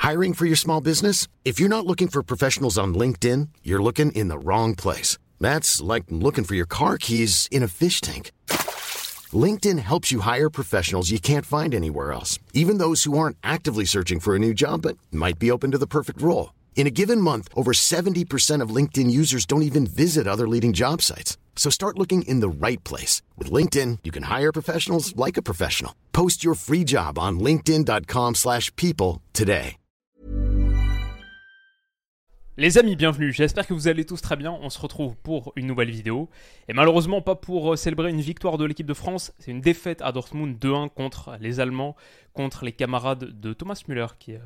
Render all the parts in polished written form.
Hiring for your small business? If you're not looking for professionals on LinkedIn, you're looking in the wrong place. That's like looking for your car keys in a fish tank. LinkedIn helps you hire professionals you can't find anywhere else, even those who aren't actively searching for a new job but might be open to the perfect role. In a given month, over 70% of LinkedIn users don't even visit other leading job sites. So start looking in the right place. With LinkedIn, you can hire professionals like a professional. Post your free job on linkedin.com/people today. Les amis, bienvenue, j'espère que vous allez tous très bien, on se retrouve pour une nouvelle vidéo. Et malheureusement pas pour célébrer une victoire de l'équipe de France, c'est une défaite à Dortmund 2-1 contre les Allemands, contre les camarades de Thomas Müller, qui,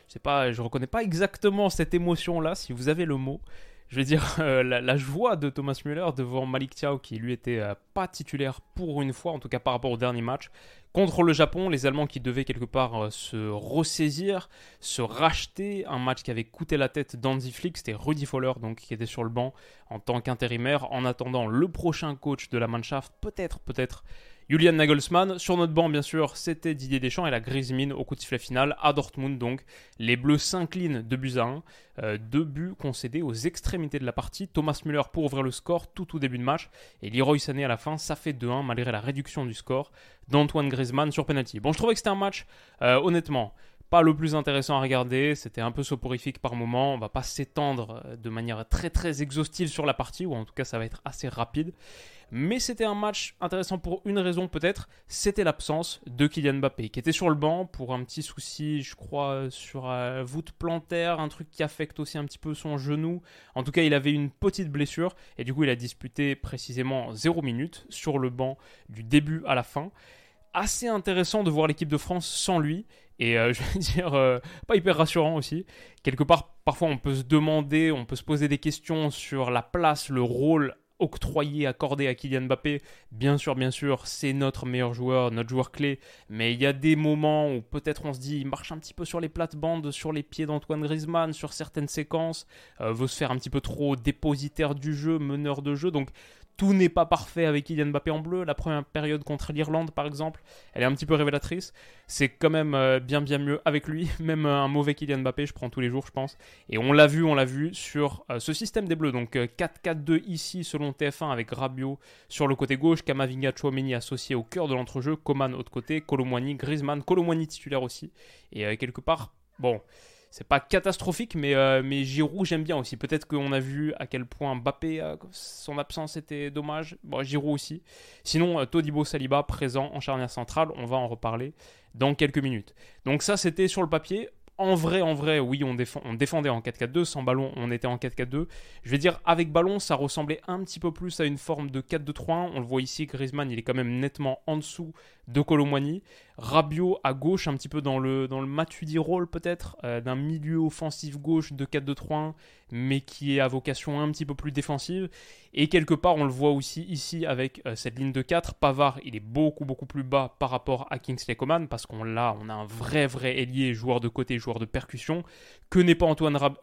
je reconnais pas exactement cette émotion-là, si vous avez le mot. Je veux dire, la joie de Thomas Müller devant Malick Thiaw, qui lui était pas titulaire pour une fois, en tout cas par rapport au dernier match. Contre le Japon, les Allemands qui devaient quelque part se ressaisir, se racheter. Un match qui avait coûté la tête d'Hansi Flick, c'était Rudi Völler donc, qui était sur le banc en tant qu'intérimaire. En attendant le prochain coach de la Mannschaft, peut-être Julian Nagelsmann. Sur notre banc, bien sûr, c'était Didier Deschamps et la grise mine au coup de sifflet final à Dortmund. Donc, les Bleus s'inclinent 2-1. 2 buts concédés aux extrémités de la partie. Thomas Müller pour ouvrir le score tout au début de match. Et Leroy Sané à la fin, ça fait 2-1 malgré la réduction du score d'Antoine Griezmann sur penalty. Bon, je trouvais que c'était un match, honnêtement, pas le plus intéressant à regarder, c'était un peu soporifique par moment, on va pas s'étendre de manière très très exhaustive sur la partie, ou en tout cas ça va être assez rapide. Mais c'était un match intéressant pour une raison peut-être, c'était l'absence de Kylian Mbappé, qui était sur le banc pour un petit souci, je crois, sur voûte plantaire, un truc qui affecte aussi un petit peu son genou. En tout cas, il avait une petite blessure, et du coup il a disputé précisément 0 minutes sur le banc du début à la fin. Assez intéressant de voir l'équipe de France sans lui, et je veux dire, pas hyper rassurant aussi. Quelque part, parfois on peut se demander, on peut se poser des questions sur la place, le rôle octroyé, accordé à Kylian Mbappé. Bien sûr, c'est notre meilleur joueur, notre joueur clé, mais il y a des moments où peut-être on se dit, il marche un petit peu sur les plates-bandes, sur les pieds d'Antoine Griezmann, sur certaines séquences, veut se faire un petit peu trop dépositaire du jeu, meneur de jeu, donc tout n'est pas parfait avec Kylian Mbappé en bleu. La première période contre l'Irlande, par exemple, elle est un petit peu révélatrice. C'est quand même bien mieux avec lui. Même un mauvais Kylian Mbappé, je prends tous les jours, je pense. Et on l'a vu sur ce système des Bleus. Donc 4-4-2 ici, selon TF1, avec Rabiot sur le côté gauche, Camavinga, Tchouaméni associé au cœur de l'entrejeu, Coman autre côté, Kolo Muani, Griezmann, Kolo Muani titulaire aussi. Et quelque part, bon, c'est pas catastrophique, mais Giroud, j'aime bien aussi. Peut-être qu'on a vu à quel point Mbappé, son absence était dommage. Bon, Giroud aussi. Sinon, Todibo Saliba, présent en charnière centrale. On va en reparler dans quelques minutes. Donc ça, c'était sur le papier. En vrai, oui, on défendait en 4-4-2. Sans ballon, on était en 4-4-2. Je vais dire, avec ballon, ça ressemblait un petit peu plus à une forme de 4-2-3-1. On le voit ici, Griezmann, il est quand même nettement en dessous de Kolo Muani. Rabiot à gauche, un petit peu dans le Matuidi rôle peut-être, d'un milieu offensif gauche de 4-2-3-1, mais qui est à vocation un petit peu plus défensive. Et quelque part, on le voit aussi ici avec cette ligne de 4. Pavard, il est beaucoup plus bas par rapport à Kingsley Coman, parce on a un vrai ailier, joueur de côté, joueur de percussion, que n'est pas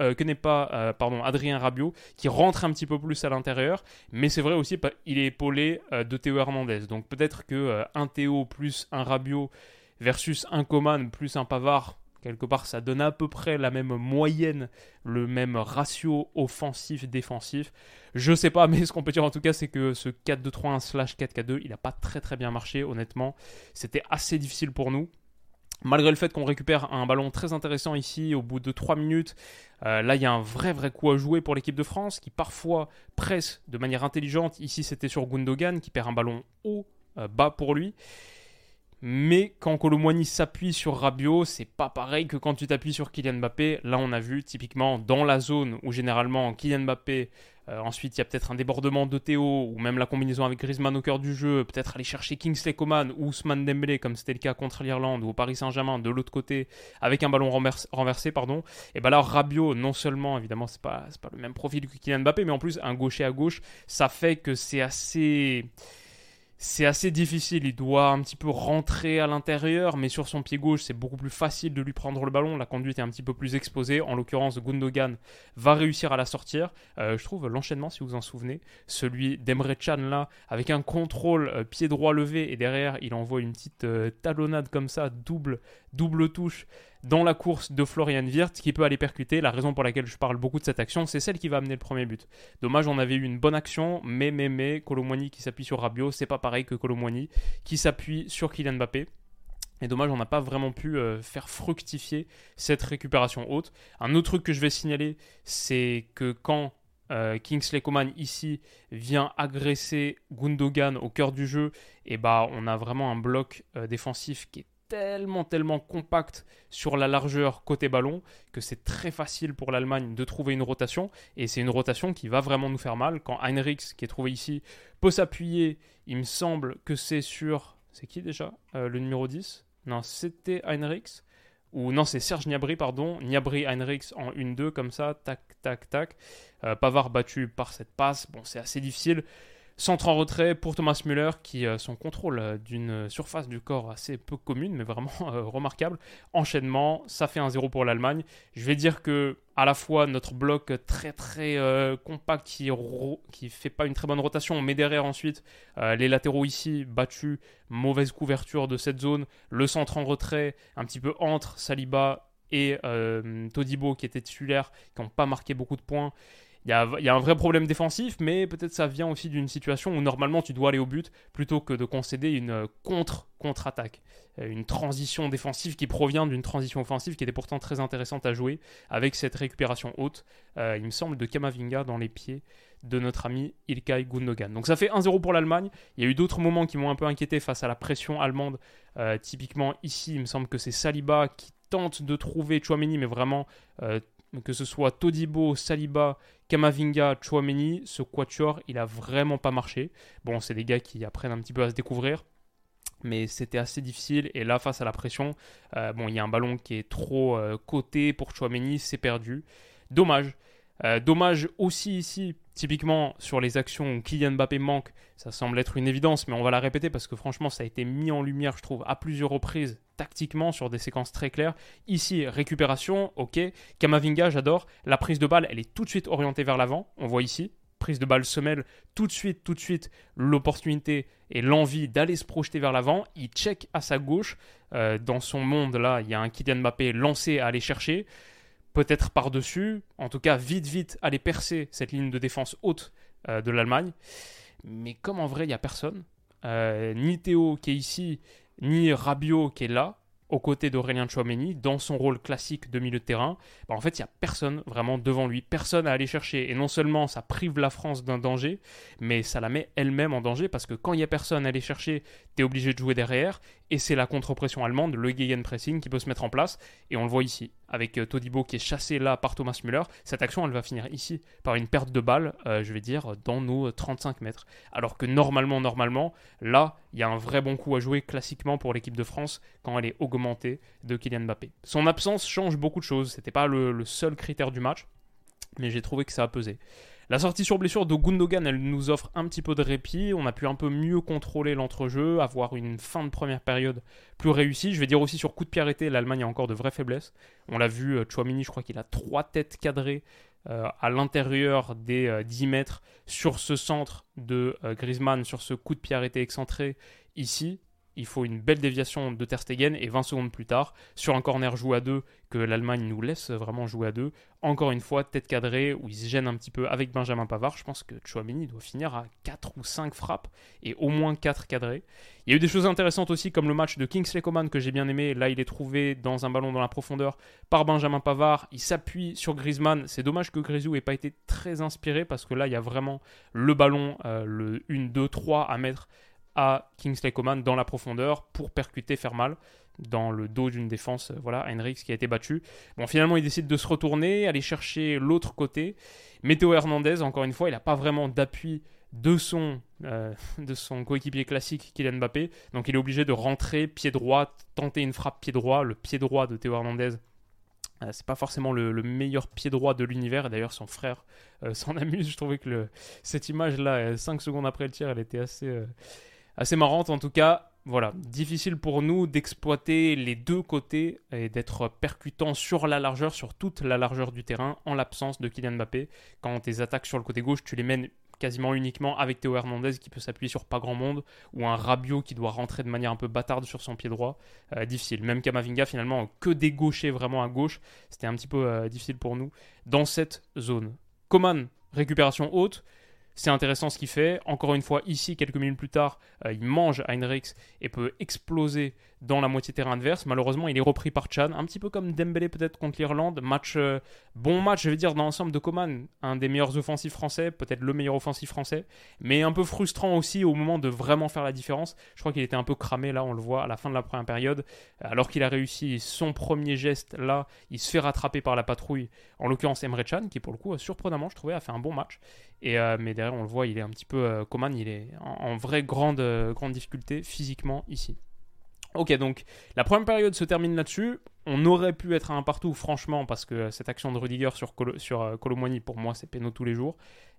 Adrien Rabiot, qui rentre un petit peu plus à l'intérieur. Mais c'est vrai aussi, il est épaulé de Théo Hernandez. Donc peut-être que un Théo plus un Rabiot versus un Coman plus un Pavard, quelque part ça donne à peu près la même moyenne, le même ratio offensif-défensif. Je sais pas, mais ce qu'on peut dire en tout cas, c'est que ce 4-2-3-1/4-4-2, il n'a pas très bien marché, honnêtement. C'était assez difficile pour nous. Malgré le fait qu'on récupère un ballon très intéressant ici au bout de 3 minutes, là il y a un vrai coup à jouer pour l'équipe de France qui parfois presse de manière intelligente. Ici c'était sur Gundogan qui perd un ballon haut, bas pour lui. Mais quand Kolo Muani s'appuie sur Rabiot, c'est pas pareil que quand tu t'appuies sur Kylian Mbappé. Là, on a vu typiquement dans la zone où généralement Kylian Mbappé, ensuite il y a peut-être un débordement de Théo ou même la combinaison avec Griezmann au cœur du jeu, peut-être aller chercher Kingsley Coman ou Ousmane Dembélé comme c'était le cas contre l'Irlande ou au Paris Saint-Germain de l'autre côté avec un ballon renversé. Et bien là, Rabiot, non seulement évidemment c'est pas le même profil que Kylian Mbappé, mais en plus un gaucher à gauche, ça fait que c'est assez difficile, il doit un petit peu rentrer à l'intérieur, mais sur son pied gauche, c'est beaucoup plus facile de lui prendre le ballon. La conduite est un petit peu plus exposée. En l'occurrence, Gundogan va réussir à la sortir. Je trouve l'enchaînement, si vous vous en souvenez, celui d'Emre Can là, avec un contrôle pied droit levé, et derrière, il envoie une petite talonnade comme ça, double double touche dans la course de Florian Wirtz qui peut aller percuter. La raison pour laquelle je parle beaucoup de cette action, c'est celle qui va amener le premier but. Dommage, on avait eu une bonne action, mais Kolo Muani qui s'appuie sur Rabiot, c'est pas pareil que Kolo Muani qui s'appuie sur Kylian Mbappé. Et dommage, on n'a pas vraiment pu faire fructifier cette récupération haute. Un autre truc que je vais signaler, c'est que quand Kingsley Coman ici vient agresser Gundogan au cœur du jeu, et on a vraiment un bloc défensif qui est tellement compact sur la largeur côté ballon que c'est très facile pour l'Allemagne de trouver une rotation, et c'est une rotation qui va vraiment nous faire mal. Quand Heinrichs, qui est trouvé ici, peut s'appuyer, il me semble que c'est sur... C'est qui déjà le numéro 10 ? Non, c'était Heinrichs. Ou non, c'est Serge Gnabry, pardon. Gnabry, Heinrichs en 1-2, comme ça, tac. Pavard battu par cette passe. Bon, c'est assez difficile. Centre en retrait pour Thomas Müller qui son contrôle d'une surface du corps assez peu commune mais vraiment remarquable. Enchaînement, ça fait 1-0 pour l'Allemagne. Je vais dire que à la fois notre bloc très compact qui fait pas une très bonne rotation, mais derrière ensuite les latéraux ici battus, mauvaise couverture de cette zone, le centre en retrait un petit peu entre Saliba et Todibo qui étaient titulaires, qui n'ont pas marqué beaucoup de points. Il y a un vrai problème défensif, mais peut-être ça vient aussi d'une situation où normalement tu dois aller au but plutôt que de concéder une contre-attaque. Une transition défensive qui provient d'une transition offensive qui était pourtant très intéressante à jouer avec cette récupération haute, il me semble, de Kamavinga dans les pieds de notre ami Ilkay Gundogan. Donc ça fait 1-0 pour l'Allemagne. Il y a eu d'autres moments qui m'ont un peu inquiété face à la pression allemande. Typiquement ici, il me semble que c'est Saliba qui tente de trouver Tchouaméni, mais vraiment... que ce soit Todibo, Saliba, Kamavinga, Tchouaméni, ce quatuor, il a vraiment pas marché. Bon, c'est des gars qui apprennent un petit peu à se découvrir, mais c'était assez difficile. Et là, face à la pression, il y a un ballon qui est trop coté pour Tchouaméni, c'est perdu. Dommage. Dommage aussi ici, typiquement sur les actions où Kylian Mbappé manque, ça semble être une évidence, mais on va la répéter parce que franchement ça a été mis en lumière, je trouve, à plusieurs reprises, tactiquement, sur des séquences très claires. Ici, récupération, ok. Kamavinga, j'adore. La prise de balle, elle est tout de suite orientée vers l'avant, on voit ici. Prise de balle semelle, tout de suite, l'opportunité et l'envie d'aller se projeter vers l'avant. Il check à sa gauche. Dans son monde, là, il y a un Kylian Mbappé lancé à aller chercher. Peut-être par-dessus, en tout cas vite aller percer cette ligne de défense haute de l'Allemagne. Mais comme en vrai il n'y a personne, ni Théo qui est ici, ni Rabiot qui est là, aux côtés d'Aurélien Tchouaméni, dans son rôle classique de milieu de terrain, en fait il n'y a personne vraiment devant lui, personne à aller chercher. Et non seulement ça prive la France d'un danger, mais ça la met elle-même en danger, parce que quand il n'y a personne à aller chercher, tu es obligé de jouer derrière, et c'est la contre-pression allemande, le gegenpressing qui peut se mettre en place, et on le voit ici, avec Todibo qui est chassé là par Thomas Müller. Cette action, elle va finir ici par une perte de balle, je vais dire, dans nos 35 mètres. Alors que normalement, là, il y a un vrai bon coup à jouer classiquement pour l'équipe de France quand elle est augmentée de Kylian Mbappé. Son absence change beaucoup de choses, c'était pas le seul critère du match, mais j'ai trouvé que ça a pesé. La sortie sur blessure de Gundogan, elle nous offre un petit peu de répit. On a pu un peu mieux contrôler l'entrejeu, avoir une fin de première période plus réussie. Je vais dire aussi sur coup de pied arrêté, l'Allemagne a encore de vraies faiblesses. On l'a vu, Tchouaméni, je crois qu'il a 3 têtes cadrées à l'intérieur des 10 mètres sur ce centre de Griezmann, sur ce coup de pied arrêté excentré ici. Il faut une belle déviation de Ter Stegen, et 20 secondes plus tard, sur un corner joué à 2, que l'Allemagne nous laisse vraiment jouer à 2, encore une fois, tête cadrée, où il se gêne un petit peu avec Benjamin Pavard. Je pense que Tchouaméni doit finir à 4 ou 5 frappes, et au moins 4 cadrées. Il y a eu des choses intéressantes aussi, comme le match de Kingsley Coman que j'ai bien aimé. Là, il est trouvé dans un ballon dans la profondeur par Benjamin Pavard. Il s'appuie sur Griezmann. C'est dommage que Grisou n'ait pas été très inspiré, parce que là, il y a vraiment le ballon, le 1, 2, 3 à mettre à Kingsley Coman dans la profondeur pour percuter, faire mal dans le dos d'une défense, Heinrichs qui a été battu. Bon, finalement, il décide de se retourner, aller chercher l'autre côté. Mais Théo Hernandez, encore une fois, il n'a pas vraiment d'appui de son coéquipier classique Kylian Mbappé. Donc il est obligé de rentrer pied droit, tenter une frappe pied droit. Le pied droit de Théo Hernandez, c'est pas forcément le meilleur pied droit de l'univers. Et d'ailleurs, son frère s'en amuse. Je trouvais que cette image-là, 5 secondes après le tir, elle était assez marrante. En tout cas, voilà, difficile pour nous d'exploiter les deux côtés et d'être percutant sur la largeur, sur toute la largeur du terrain, en l'absence de Kylian Mbappé. Quand tes attaques sur le côté gauche, tu les mènes quasiment uniquement avec Théo Hernandez qui peut s'appuyer sur pas grand monde, ou un Rabiot qui doit rentrer de manière un peu bâtarde sur son pied droit. Difficile. Même Camavinga, finalement, que des gauchers vraiment à gauche, c'était un petit peu difficile pour nous dans cette zone. Coman, récupération haute. C'est intéressant ce qu'il fait. Encore une fois, ici, quelques minutes plus tard, il mange Heinrichs et peut exploser dans la moitié terrain adverse. Malheureusement, il est repris par Can, un petit peu comme Dembélé peut-être contre l'Irlande. Bon match, je vais dire, dans l'ensemble de Coman. Un des meilleurs offensifs français, peut-être le meilleur offensif français. Mais un peu frustrant aussi au moment de vraiment faire la différence. Je crois qu'il était un peu cramé, là, on le voit, à la fin de la première période. Alors qu'il a réussi son premier geste, là, il se fait rattraper par la patrouille. En l'occurrence, Emre Can, qui pour le coup, surprenamment, je trouvais, a fait un bon match. Mais derrière, on le voit, il est un petit peu... Coman, il est en vraie grande difficulté physiquement ici. Ok, donc la première période se termine là-dessus. On aurait pu être à un partout, franchement, parce que cette action de Rudiger sur Kolo Muani, pour moi, c'est péno tous les jours.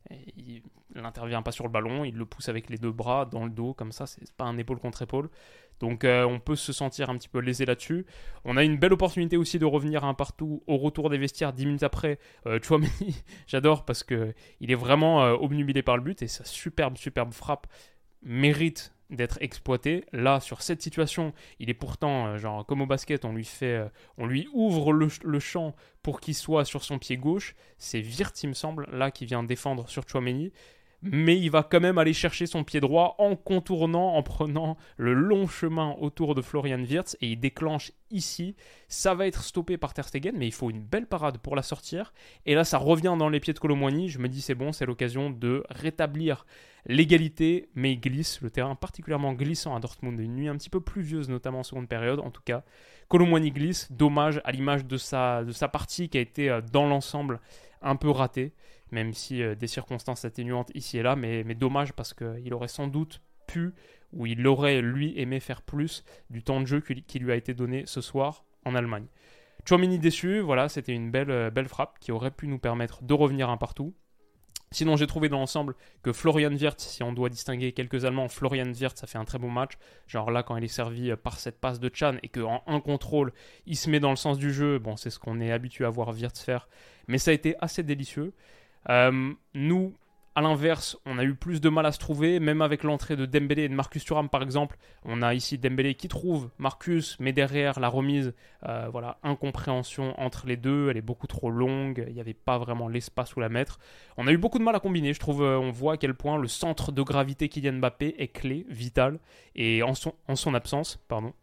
Il n'intervient pas sur le ballon, il le pousse avec les deux bras dans le dos, comme ça, c'est pas un épaule contre épaule. Donc on peut se sentir un petit peu lésé là-dessus. On a une belle opportunité aussi de revenir à un partout au retour des vestiaires 10 minutes après. Tchouaméni, j'adore parce qu'il est vraiment obnubilé par le but et sa superbe frappe mérite d'être exploité. Là, sur cette situation, il est pourtant, genre comme au basket, on lui ouvre le champ pour qu'il soit sur son pied gauche. C'est Wirtz, il me semble, là, qui vient défendre sur Tchouaméni. Mais il va quand même aller chercher son pied droit en contournant, en prenant le long chemin autour de Florian Wirtz et il déclenche ici. Ça va être stoppé par Ter Stegen, mais il faut une belle parade pour la sortir. Et là, ça revient dans les pieds de Kolo Muani. Je me dis c'est bon, c'est l'occasion de rétablir l'égalité, mais il glisse. Le terrain particulièrement glissant à Dortmund, une nuit un petit peu pluvieuse, notamment en seconde période. En tout cas, Kolo Muani glisse. Dommage à l'image de sa partie qui a été dans l'ensemble un peu ratée. Même si des circonstances atténuantes ici et là, mais dommage parce qu'il aurait sans doute pu, ou il aurait lui aimé faire plus du temps de jeu qui lui a été donné ce soir en Allemagne. Tchouaméni déçu, voilà, c'était une belle frappe qui aurait pu nous permettre de revenir un partout. Sinon, j'ai trouvé dans l'ensemble que Florian Wirtz, si on doit distinguer quelques Allemands, Florian Wirtz a fait un très bon match. Genre là, quand il est servi par cette passe de Can et qu'en un contrôle, il se met dans le sens du jeu, bon, c'est ce qu'on est habitué à voir Wirtz faire, mais ça a été assez délicieux. Nous, à l'inverse, on a eu plus de mal à se trouver, même avec l'entrée de Dembélé et de Marcus Thuram par exemple. On a ici Dembélé qui trouve Marcus, mais derrière la remise, voilà, incompréhension entre les deux, elle est beaucoup trop longue, il n'y avait pas vraiment l'espace où la mettre. On a eu beaucoup de mal à combiner, je trouve, on voit à quel point le centre de gravité Kylian Mbappé est clé, vital, et en son absence,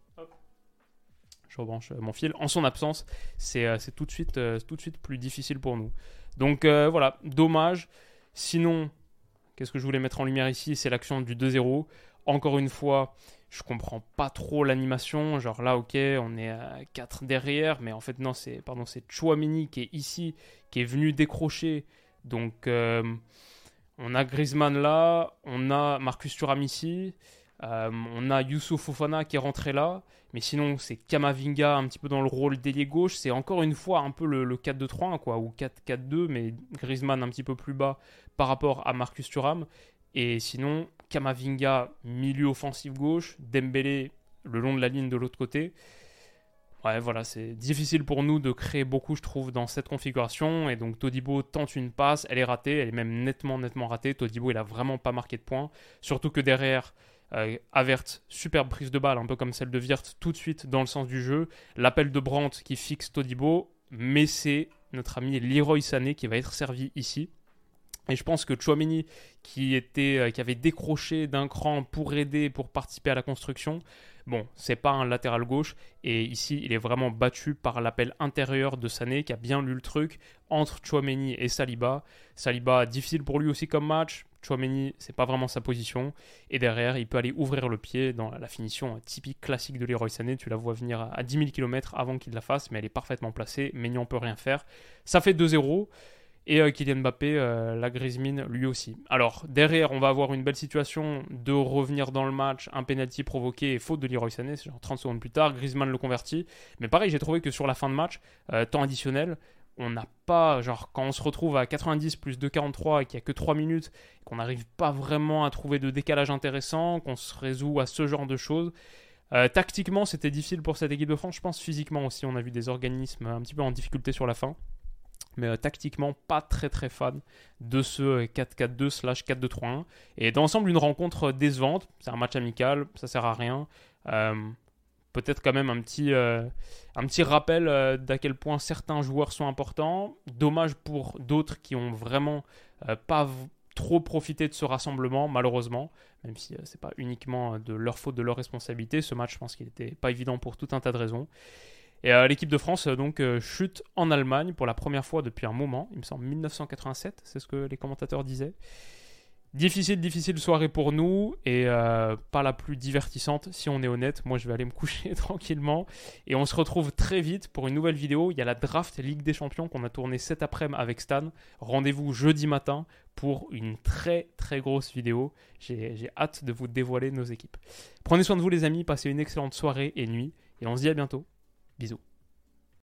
je rebranche mon fil, en son absence, c'est tout de suite plus difficile pour nous. Donc voilà, dommage. Sinon, qu'est-ce que je voulais mettre en lumière ici, c'est l'action du 2-0. Encore une fois, je comprends pas trop l'animation. Genre là, ok, on est à 4 derrière, mais en fait non, c'est Tchouaméni qui est ici, qui est venu décrocher. Donc on a Griezmann là, on a Marcus Thuram ici. On a Youssouf Fofana qui est rentré là, mais sinon c'est Camavinga un petit peu dans le rôle d'ailier gauche. C'est encore une fois un peu le 4-2-3-1 quoi, ou 4-4-2, mais Griezmann un petit peu plus bas par rapport à Marcus Thuram. Et sinon Camavinga milieu offensif gauche, Dembélé le long de la ligne de l'autre côté. Ouais, voilà, c'est difficile pour nous de créer beaucoup, je trouve, dans cette configuration. Et donc Todibo tente une passe, elle est ratée, elle est même nettement ratée. Todibo, il a vraiment pas marqué de points, surtout que derrière. Havertz, superbe prise de balle, un peu comme celle de Wirtz, tout de suite dans le sens du jeu. L'appel de Brandt qui fixe Todibo, mais c'est notre ami Leroy Sané qui va être servi ici. Et je pense que Tchouaméni, qui avait décroché d'un cran pour aider, pour participer à la construction, bon, c'est pas un latéral gauche. Et ici, il est vraiment battu par l'appel intérieur de Sané, qui a bien lu le truc, entre Tchouaméni et Saliba. Saliba, difficile pour lui aussi comme match. Tchouaméni, c'est pas vraiment sa position. Et derrière, il peut aller ouvrir le pied dans la finition typique classique de Leroy Sané. Tu la vois venir à 10 000 km avant qu'il la fasse, mais elle est parfaitement placée. Maignan peut rien faire. Ça fait 2-0. Et Kylian Mbappé, la Griezmann, lui aussi. Alors, derrière, on va avoir une belle situation de revenir dans le match. Un penalty provoqué et faute de Leroy Sané, c'est genre 30 secondes plus tard. Griezmann le convertit. Mais pareil, j'ai trouvé que sur la fin de match, temps additionnel, on n'a pas, genre quand on se retrouve à 90 plus 2,43 et qu'il n'y a que 3 minutes, qu'on n'arrive pas vraiment à trouver de décalage intéressant, qu'on se résout à ce genre de choses. Tactiquement, c'était difficile pour cette équipe de France. Je pense physiquement aussi, on a vu des organismes un petit peu en difficulté sur la fin. Mais tactiquement, pas très très fan de ce 4-4-2/4-2-3-1. Et dans l'ensemble, une rencontre décevante. C'est un match amical, ça sert à rien. Peut-être quand même un petit rappel d'à quel point certains joueurs sont importants. Dommage pour d'autres qui ont vraiment pas trop profité de ce rassemblement, malheureusement. Même si c'est pas uniquement de leur faute, de leur responsabilité. Ce match, je pense qu'il n'était pas évident pour tout un tas de raisons. Et l'équipe de France chute en Allemagne pour la première fois depuis un moment, il me semble 1987, c'est ce que les commentateurs disaient. Difficile soirée pour nous et pas la plus divertissante si on est honnête. Moi je vais aller me coucher tranquillement et on se retrouve très vite pour une nouvelle vidéo. Il y a la draft Ligue des Champions qu'on a tournée cet après-midi avec Stan. Rendez-vous jeudi matin pour une très très grosse vidéo. J'ai hâte de vous dévoiler nos équipes. Prenez soin de vous les amis, passez une excellente soirée et nuit et on se dit à bientôt. Bisous.